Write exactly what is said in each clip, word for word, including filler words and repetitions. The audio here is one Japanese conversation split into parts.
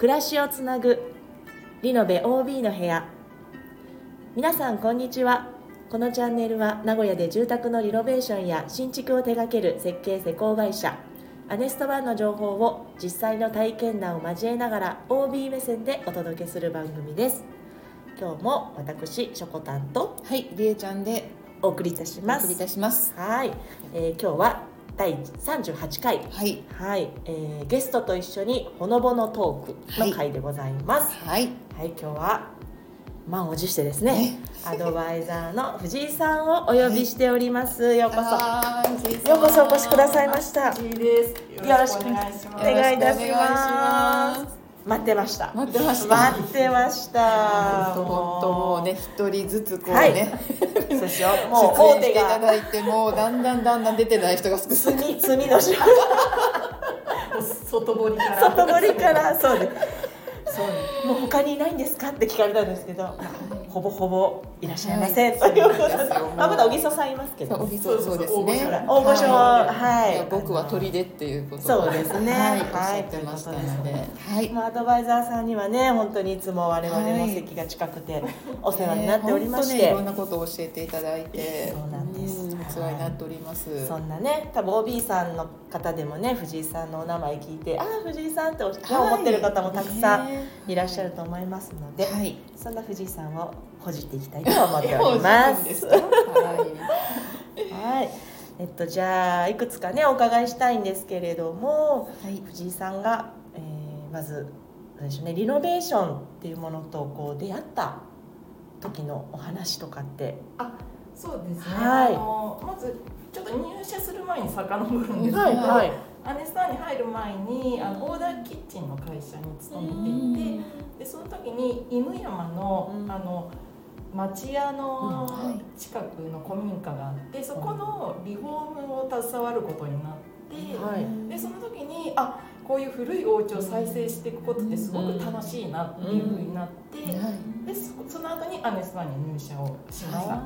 暮らしをつなぐリノベ オービー の部屋。皆さんこんにちは。このチャンネルは名古屋で住宅のリノベーションや新築を手掛ける設計施工会社アネストワンの情報を実際の体験談を交えながら オービー 目線でお届けする番組です。今日も私しょこたんとはいりえちゃんでお送りいたします。 お送りいたします。 はい、えー、今日はだいさんじゅうはちかい、 はいはい、えー、ゲストと一緒にほのぼのトークの回でございます。 はい、 はい、今日は満を持してですね、アドバイザーの藤井さんをお呼びしております。ようこそようこそお越しくださいました。 藤井です。 よろしくお願いします。お願いいたします。待ってました待ってました待ってました本当もうね一人ずつこうね、はい、 そうですよ。もう大手が出演していただいてもうだんだんだんだん出てない人が少ない罪罪のし外堀から外堀からそうですそうですもう他にいないんですかって聞かれたんですけど、ほぼほぼいらっしゃいません、はい、ということで、まあ、まだ小木曽さんいますけど、 そうそうそうですね、 大御所は、 はい、僕は砦っていうことそうですね、 はい、おっしゃってましたので、 はい、まあ、アドバイザーさんにはね本当にいつも我々の席が近くてお世話になっておりまして、 ね、いろんなことを教えていただいて、 そうなんです、 お世話になっております。 そんなね、多分 オービー さんの方でもね藤井さんのお名前聞いて、ああ藤井さんって思ってる方もたくさんいらっしゃると思いますので、はい、そんな藤井さんをほじっていきたいと思っております。はい、えっとじゃあいくつかねお伺いしたいんですけれども、はい、藤井さんが、えー、まず何でしょうね、リノベーションっていうものとこう出会った時のお話とかって。 あ、そうですね、 はい、 あのまずちょっと入社する前に遡るんですけど、 はいはい、 アネスタに入る前にあのオーダーキッチンの会社に勤めていて、でその時に犬山の、あの町屋の近くの古民家があって、そこのリフォームを携わることになって、はい、でその時にあこういう古いお家を再生していくことってすごく楽しいなっていうふうになって、で そ, その後にアネスタに入社をしました、はい、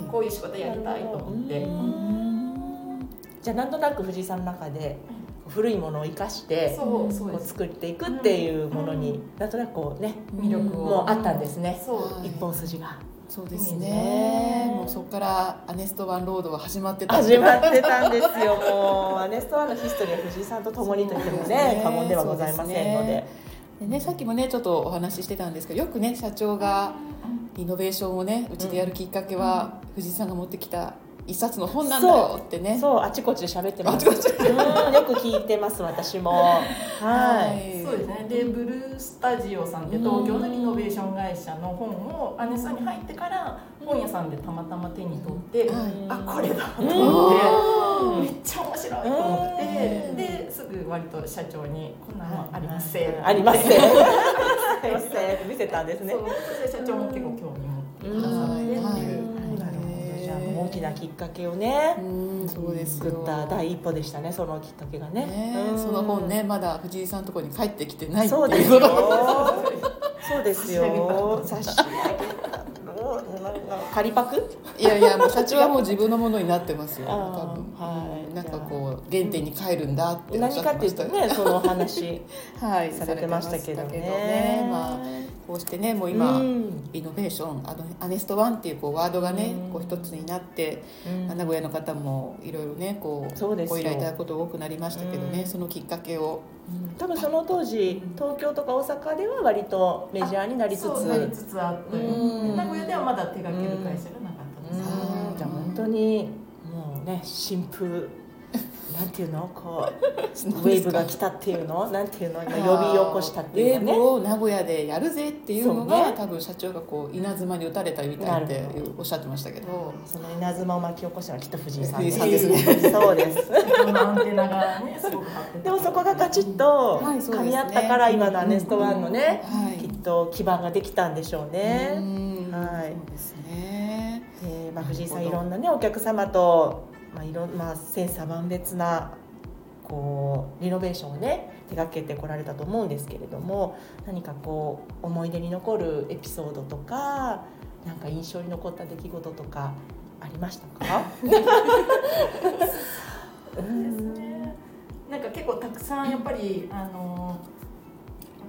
こういう仕事やりたいと思って。 じゃあなんとなく藤井さんの中で古いものを生かしてこう作っていくっていうものになんとなくこうね魅力もあったんですね、そう一本筋が。 そうですね、もうそこからアネストワンロードは始まってた始まってたんですよ。もうアネストワンのヒストリーは藤井さんと共にと言ってもね過言ではございませんので。 でね、さっきもねちょっとお話ししてたんですけど、よくね社長がリノベーションをねうちでやるきっかけは、うん、藤井さんが持ってきた一冊の本なんだよってね、 そう、そうあちこちで喋ってます。うん、よく聞いてます私も。はい、 そうですね。でブルースタジオさんって東京のリノベーション会社の本をアネさんに入ってから本屋さんでたまたま手に取って、うん、あこれだと思って、めっちゃ面白いと思って、ですぐ割と社長にこんなのありますせありますせ見せたんですね。 そうそして社長も結構興味持ってくださってっていう。 大きなきっかけをね、 うんそうです作った第一歩でしたね、そのきっかけがね。 ねその本ねまだ藤井さんのところに帰ってきてないっていう。 そうですよ。そうですよ。差し上げた。仮パク？ いやいやもう社長はもう自分のものになってますよ。多分、 はい、 なんかこう原点に帰るんだっておっしゃってました。何かっていうとねその話はいされてましたけどね。 まあこうしてねもう今リノベーションアネストワンっていうこうワードがねこう一つになって名古屋の方もいろいろねこうご依頼いただくこと多くなりましたけどね、そのきっかけを多分その当時東京とか大阪では割とメジャーになりつつなりつつあって、名古屋ではまだ手掛ける会社がなかったんです。 じゃあ本当にもうね新風なんていうのこうウェーブが来たっていうのなんていうの呼び起こしたっていうね、 ウェーブを名古屋でやるぜっていうのが、ね、多分社長がこう稲妻に打たれたみたいっておっしゃってましたけど、 その稲妻を巻き起こしたのはきっと藤井さんです。 藤井さんですね。 そうです。 アンテナがねすごく張ってでもそこがガチッと噛み合ったから今のアネストワンのね、きっと基盤ができたんでしょうね。はい。 そうですね。 で、まあ藤井さんいろんなねお客様とまあいろまあ千差万別なこうリノベーションをね手掛けてこられたと思うんですけれども、何かこう思い出に残るエピソードとかなんか印象に残った出来事とかありましたか？ うんなんか結構たくさんやっぱりあのやっ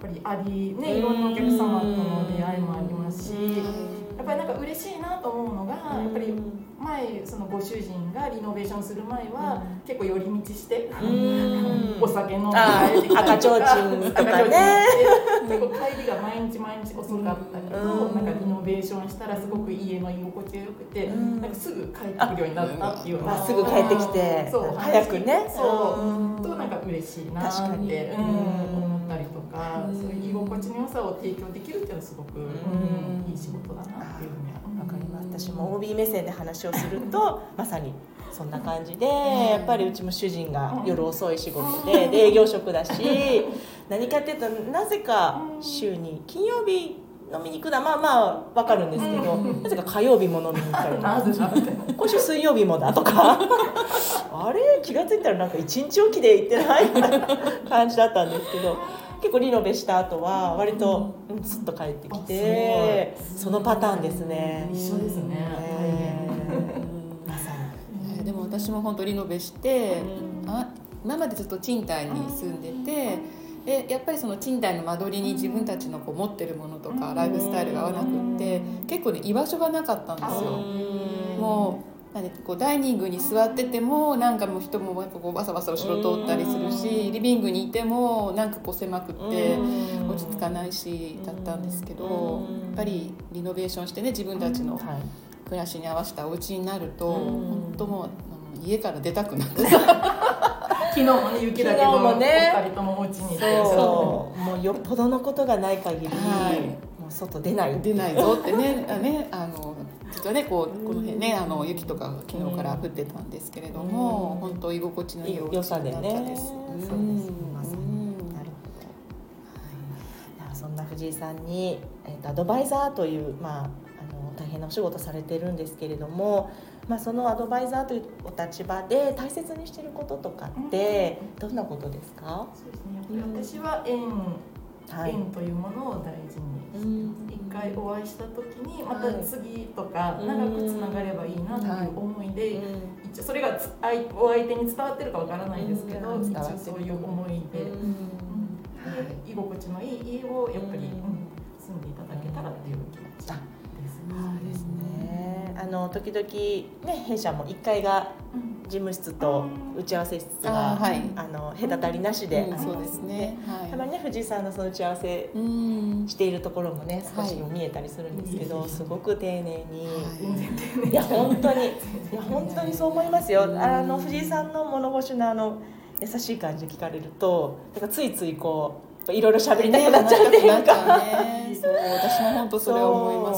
ぱりあり、ね、いろんなお客様との出会いもありますし、やっぱりなんか嬉しいなと思うのが、やっぱり前そのご主人がリノベーションする前は結構寄り道してお酒飲んで帰ってきたりとか、赤ちょうちんとかね、結構帰りが毎日毎日遅かったけど、なんかリノベーションしたらすごく家の居心地が良くて、なんかすぐ帰ってくるようになったっていうのは、 すぐ帰ってきて早くね、 そうとなんか嬉しいなって思ったりとか、そういう居心地の良さを提供できるっていうのはすごくいい仕事だなっていうふうにはわかります。私も オービー 目線で話をするとまさにそんな感じで、やっぱりうちも主人が夜遅い仕事で営業職だし、何かっていうとなぜか週に金曜日飲みに行くのはまあまあ分かるんですけど、なぜか火曜日も飲みに行ったりとか今週水曜日もだとかあれ気が付いたらなんか一日おきで行ってないみたいな感じだったんですけど、結構リノベした後は割とスッと帰ってきて、そのパターンですね。 一緒ですね、 えー、まさに、えー、でも私も本当リノベして、うん、あ今までずっと賃貸に住んでて、でやっぱりその賃貸の間取りに自分たちのこう持ってるものとかライフスタイルが合わなくって結構ね居場所がなかったんですよ。もうなんでこうダイニングに座っててもなんかもう人もこうバサバサ後ろ通ったりするし、リビングにいてもなんかこう狭くって落ち着かないしだったんですけど、やっぱりリノベーションしてね自分たちの暮らしに合わせたお家になると本当もう家から出たくなって昨日もね雪だけどもね、お二人ともお家にいて、 そうもうよっぽどのことがない限り、はい、もう外出ない出ないぞってねあねあの実はねこうこの辺ねあの雪とか昨日から降ってたんですけれども、本当居心地のいい良さでね。 そうです。 まさになるほど。そんな藤井さんに、えーと、アドバイザーという、まあ、あの大変なお仕事されてるんですけれども、まあ、そのアドバイザーというお立場で大切にしていることとかってどんなことですか？ そうですね、やっぱり私は縁、はい、縁というものを大事にしてます。一回お会いした時にまた次とか長くつながればいいなという思いで、一応それがお相手に伝わってるかわからないですけど、一応そういう思いで、居心地のいい家をやっぱり住んでいただけたらっていう気持ちですね。 そうですね。あの時々ね弊社もいっかいが事務室と打ち合わせ室が、あ、はい、あの隔たりなしで、 うん、そうですね。はい、 たまにね藤井さんのその打ち合わせしているところもね少し見えたりするんですけど、はい、すごく丁寧に、はい、いや本当にいや本当にそう思いますよ。あの藤井さんの物腰のあの優しい感じ聞かれると、だからついついこういろいろ喋りたくなっちゃうっていうか、 ね、そう私も本当それは思います。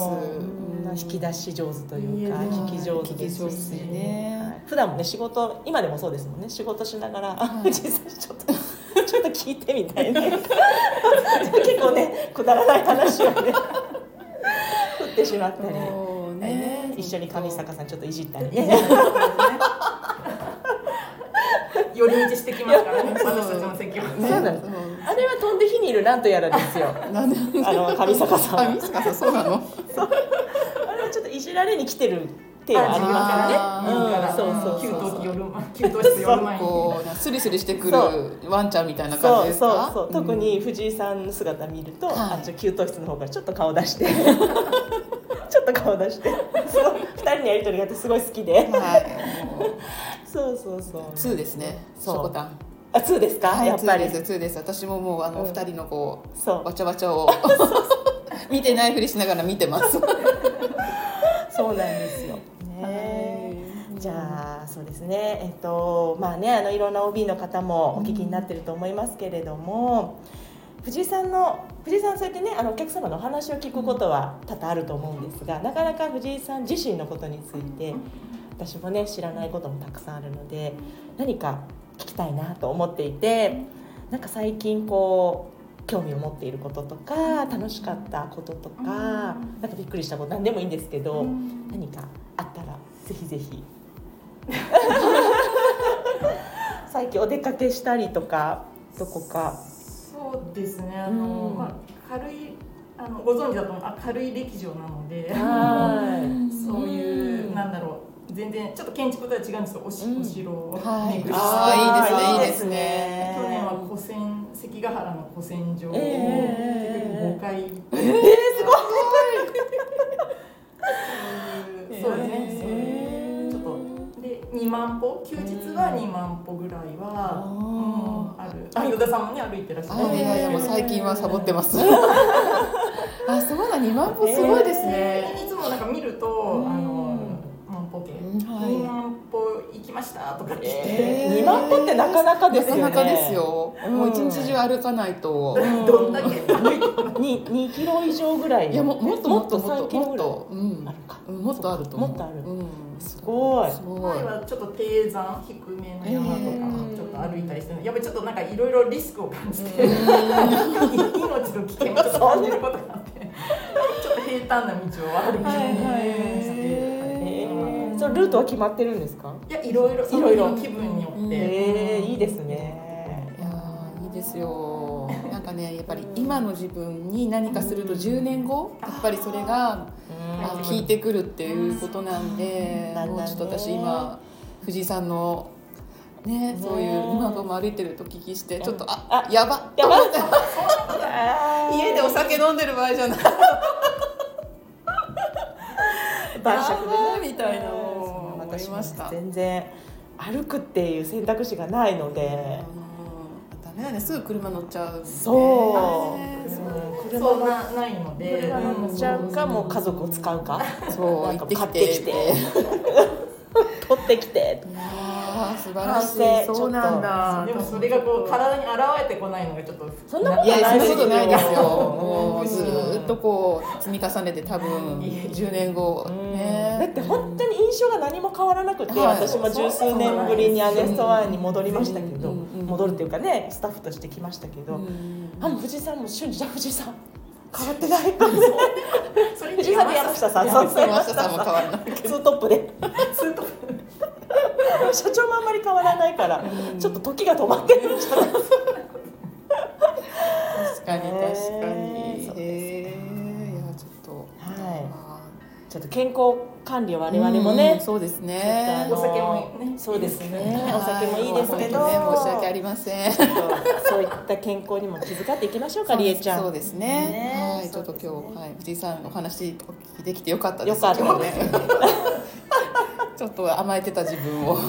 引き出し上手というか聞き上手ですしね、 はい、普段もね仕事今でもそうですもんね、仕事しながら、はい、あ藤井さんちょっとちょっと聞いてみたいな結構ねくだらない話をね振ってしまったり、ね、一緒に上坂さんちょっといじったりね寄り道してきますからね私たちの席は。 そうなんです。あれは飛んで火にいるなんとやらですよ。あの上坂さん。 上坂さんそうなの。 そうあれはちょっといじられに来てる手はありますよね。 そうそう給湯器寄る給湯室寄る前にこうスリスリしてくるワンちゃんみたいな感じですか。 そうそうそう、特に藤井さんの姿見ると、あちょ給湯室の方からちょっと顔出してちょっと顔出してすごいふたりのやり取りがあってすごい好きで、はい、そうそうそうツーですね。しょこたんあ、ツーですか、はい、やっぱりツーです、ツーです。私ももうあのふたりのこう、 そうわちゃわちゃを見てないふりしながら見てますそうなんですよ、ね、じゃあそうですね、えっとまあね、あのいろんな オービー の方もお聞きになってると思いますけれども、うん、藤井さんの藤井さんそうやってねあのお客様のお話を聞くことは多々あると思うんですが、なかなか藤井さん自身のことについて私もね知らないこともたくさんあるので何か聞きたいなと思っていて、なんか最近こう興味を持っていることとか楽しかったこととか、なんかびっくりしたこと何でもいいんですけど、何かあったらぜひぜひ最近お出かけしたりとかどこか。 そうですね、あの、うんまあ、軽いあのご存知だと思う軽い劇場なのでそういうなんだろう全然ちょっと建築とは違うんですけど お, し、うん、お城を巡る、 はい、あいいですねいいですね。 去年は古戦関ヶ原の保線所を、えー、結局ごかい、えー、 えー、すごいそうですね、えー、ちょっとでにまん歩、休日はにまん歩ぐらいは、うん、ある。あ、与田さんもね歩いてらっしゃる。 いやいやもう最近はサボってますあ、そうだ、にまん歩すごいですね、 えー、いつもなんか見ると、あの万歩計、はい、にまん歩行きましたとかって、 えー、にまん歩ってなかなかですよね。 なかなかですよ、うん、もう一日中歩かないと、 うん、どんだけににキロ以上ぐらい。 いやももっともっともっともっと、 うん、あるか、もっとあると思う。 もっとある、うん、 すごい。 前はちょっと低山低めの山とかちょっと歩いたりして、やっぱりちょっとなんかいろいろリスクを感じて、命の危険をちょっと感じることがあって、ちょっと平坦な道を歩きしてそのルートは決まってるんですか？ いや、いろいろその日の気分によって。 えー、いいですね。 いやいいですよ。なんかね、やっぱり今の自分に何かするとじゅうねんご、やっぱりそれが効いてくるっていうことなんで、もうちょっと私今藤井さんのね、そういう今も歩いてると聞きして、ちょっとああやばっやばっ家でお酒飲んでる場合じゃない。 晩酌でみたいな思いました。 全然歩くっていう選択肢がないので、 ダメだね、すぐ車乗っちゃう。 そう、 車がないので、 車乗っちゃうか、もう家族を使うか、 そう、 買ってきて取ってきて。 ああ、素晴らしい。そうなんだ。 でもそれがこう体に現れてこないのがちょっと、 そんなことないですよ。もうずっとこう積み重ねて多分じゅうねんごね。 だって本当に印象が何も変わらなくて、私も十数年ぶりにアネストワンに戻りましたけど、戻るっていうかね、スタッフとして来ましたけど、あ、もう藤井さんも瞬時じゃ藤井さん変わってないかもね。藤井さんと山下さん、 山下さんも変わらない。 ツートップで。ツートップ。社長もあんまり変わらないから、ちょっと時が止まってるんじゃないですか。 確かに確かに。へえ、いやちょっと、 はい。ちょっと健康管理を我々もね、 そうですね。 お酒もね、 そうですね。お酒もいいですけど、 申し訳ありません。 そういった健康にも気遣っていきましょうか、りえちゃん。 そうですね。はい、ちょっと今日はい藤井さんのお話お聞きできてよかったです。 よかったね。 ちょっと甘えてた自分を。ね、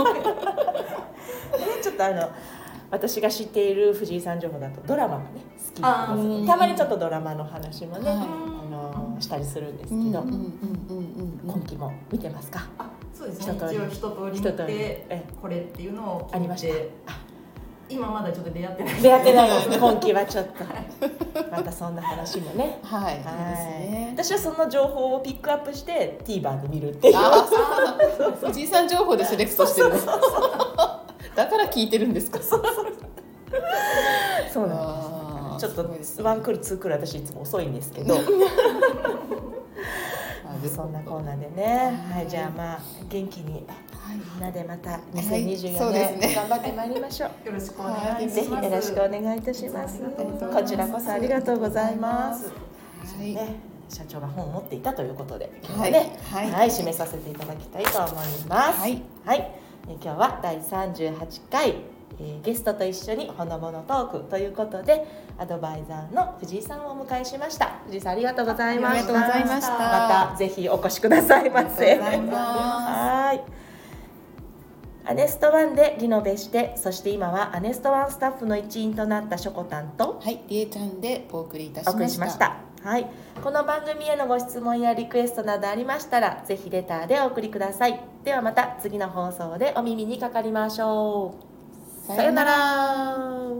ちょっとあの私が知っている藤井さん情報だとドラマがね好きなんです。たまにちょっとドラマの話もね、はい、あのしたりするんですけど、今期も見てますか？ あ、そうですね。一応一通り見てこれっていうのを聞いてありました。今まだちょっと出会ってない。 出会ってないです。今期はちょっとまたそんな話もね。 はい。はい。 私はその情報をピックアップして ティーバー で見るっていう。 ああ、藤井さん情報でセレクトしてる。だから聞いてるんですか。そうなんです。ちょっとワンクールツークール私いつも遅いんですけど。そんなコーナーでね。はい、じゃあまあ元気に。みんなでまたにせんにじゅうよねん、はい、頑張ってまいりましょう。 よろしくお願いします。 ぜひよろしくお願いいたします。こちらこそありがとうございます。はい、ね、社長が本を持っていたということで、はい、ね、はい、はい、締めさせていただきたいと思います。はい、はい、え今日はだいさんじゅうはちかい、えー、ゲストと一緒にほのぼのトークということで、アドバイザーの藤井さんをお迎えしました。藤井さんありがとうございました。 ありがとうございました。 またぜひお越しくださいませ。はい。アネストワンでリノベして、そして今はアネストワンスタッフの一員となったしょこたんと、 はい、りえちゃんでお送りいたしました。 お送りしました。はい、この番組へのご質問やリクエストなどありましたら、ぜひレターでお送りください。ではまた次の放送でお耳にかかりましょう。さようなら。